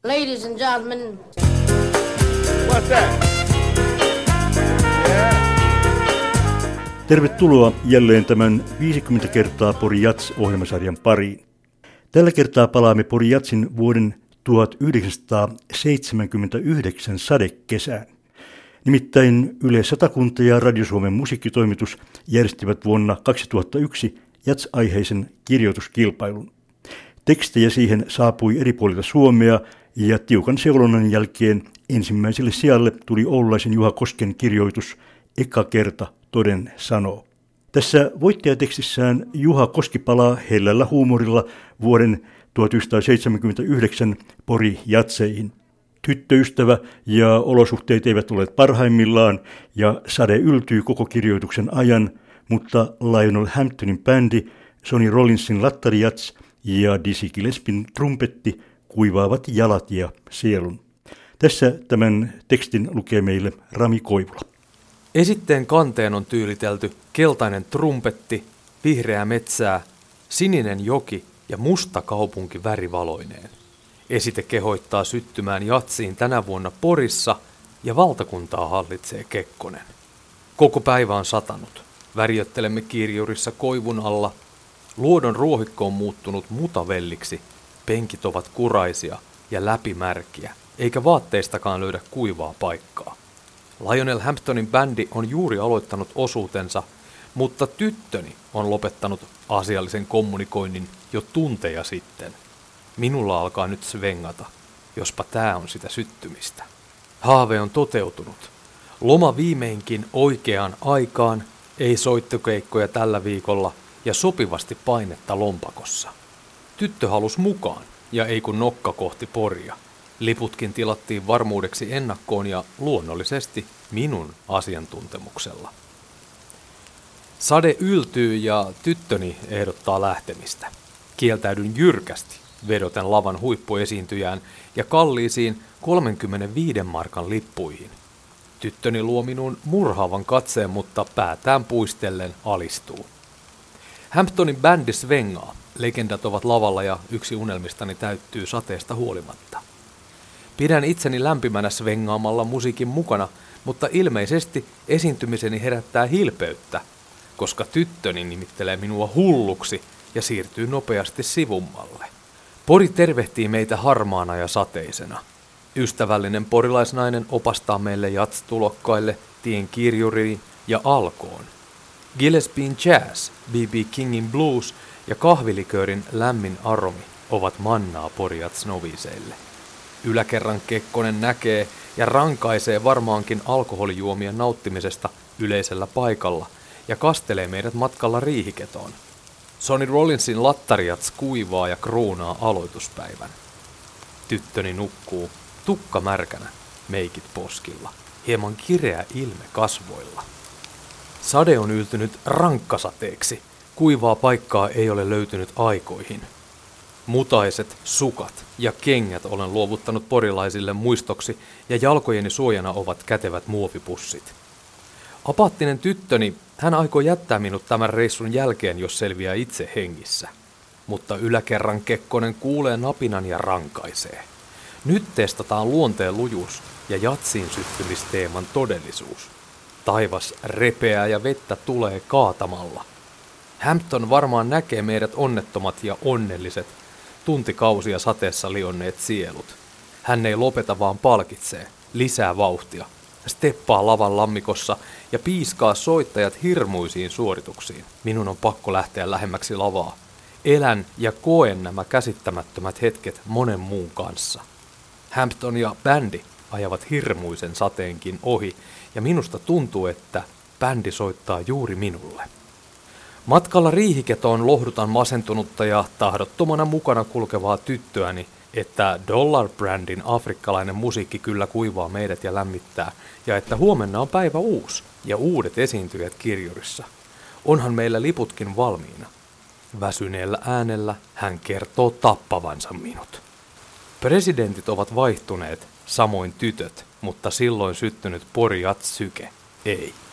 Ladies and gentlemen. What's that? Yeah. Tervetuloa jälleen tämän 50 kertaa Pori Jats-ohjelmasarjan pariin. Tällä kertaa palaamme Pori Jatsin vuoden 1979 sadekesään. Nimittäin Yle Satakunta ja Radio Suomen musiikkitoimitus järjestivät vuonna 2001 Jats-aiheisen kirjoituskilpailun. Tekstejä siihen saapui eri puolilta Suomea ja tiukan seulonnan jälkeen ensimmäiselle sijalle tuli oululaisen Juha Kosken kirjoitus Eka kerta toden sanoo. Tässä voittajatekstissään Juha Koski palaa hellällä huumorilla vuoden 1979 Pori Jatseihin. Tyttöystävä ja olosuhteet eivät ole parhaimmillaan ja sade yltyy koko kirjoituksen ajan, mutta Lionel Hamptonin bändi, Sonny Rollinsin lattarijats ja Dizzy Gillespien trumpetti kuivaavat jalat ja sielun. Tässä tämän tekstin lukee meille Rami Koivula. Esitteen kanteen on tyylitelty keltainen trumpetti, vihreää metsää, sininen joki ja musta kaupunki värivaloineen. Esite kehoittaa syttymään jatsiin tänä vuonna Porissa ja valtakuntaa hallitsee Kekkonen. Koko päivä on satanut. Värjöttelemme kirjurissa koivun alla. Luodon ruohikko on muuttunut mutavelliksi. Penkit ovat kuraisia ja läpimärkiä, eikä vaatteistakaan löydä kuivaa paikkaa. Lionel Hamptonin bändi on juuri aloittanut osuutensa, mutta tyttöni on lopettanut asiallisen kommunikoinnin jo tunteja sitten. Minulla alkaa nyt svengata, jospa tää on sitä syttymistä. Haave on toteutunut. Loma viimeinkin oikeaan aikaan, ei soittokeikkoja tällä viikolla ja sopivasti painetta lompakossa. Tyttö halusi mukaan ja ei kun nokka kohti Poria. Liputkin tilattiin varmuudeksi ennakkoon ja luonnollisesti minun asiantuntemuksella. Sade yltyy ja tyttöni ehdottaa lähtemistä. Kieltäydyn jyrkästi, vedoten lavan huippuesiintyjään ja kalliisiin 35 markan lippuihin. Tyttöni luo minuun murhaavan katseen, mutta päätään puistellen alistuu. Hamptonin bändi svengaa. Legendat ovat lavalla ja yksi unelmistani täyttyy sateesta huolimatta. Pidän itseni lämpimänä svengaamalla musiikin mukana, mutta ilmeisesti esiintymiseni herättää hilpeyttä, koska tyttöni nimittelee minua hulluksi ja siirtyy nopeasti sivummalle. Pori tervehtii meitä harmaana ja sateisena. Ystävällinen porilaisnainen opastaa meille jats-tulokkaille tien kirjuriin ja alkoon. Gillespien jazz, B.B. Kingin blues ja kahviliköörin lämmin aromi ovat mannaa Pori Jats-noviseille. Yläkerran Kekkonen näkee ja rankaisee varmaankin alkoholijuomien nauttimisesta yleisellä paikalla ja kastelee meidät matkalla Riihiketoon. Sonny Rollinsin lattarijats kuivaa ja kruunaa aloituspäivän. Tyttöni nukkuu, tukka märkänä, meikit poskilla, hieman kireä ilme kasvoilla. Sade on yltynyt rankkasateeksi, kuivaa paikkaa ei ole löytynyt aikoihin. Mutaiset sukat ja kengät olen luovuttanut porilaisille muistoksi ja jalkojeni suojana ovat kätevät muovipussit. Apaattinen tyttöni, hän aikoo jättää minut tämän reissun jälkeen, jos selviää itse hengissä. Mutta yläkerran Kekkonen kuulee napinan ja rankaisee. Nyt testataan luonteen lujuus ja jatsiin syttymisteeman todellisuus. Taivas repeää ja vettä tulee kaatamalla. Hampton varmaan näkee meidät onnettomat ja onnelliset, tuntikausia sateessa lionneet sielut. Hän ei lopeta vaan palkitsee, lisää vauhtia, steppaa lavan lammikossa ja piiskaa soittajat hirmuisiin suorituksiin. Minun on pakko lähteä lähemmäksi lavaa. Elän ja koen nämä käsittämättömät hetket monen muun kanssa. Hampton ja bändi ajavat hirmuisen sateenkin ohi ja minusta tuntuu, että bändi soittaa juuri minulle. Matkalla Riihiketoon lohdutan masentunutta ja tahdottomana mukana kulkevaa tyttöäni, että Dollar Brandin afrikkalainen musiikki kyllä kuivaa meidät ja lämmittää, ja että huomenna on päivä uusi ja uudet esiintyjät kirjurissa. Onhan meillä liputkin valmiina. Väsyneellä äänellä hän kertoo tappavansa minut. Presidentit ovat vaihtuneet, samoin tytöt, mutta silloin syttynyt Pori Jats-syke ei.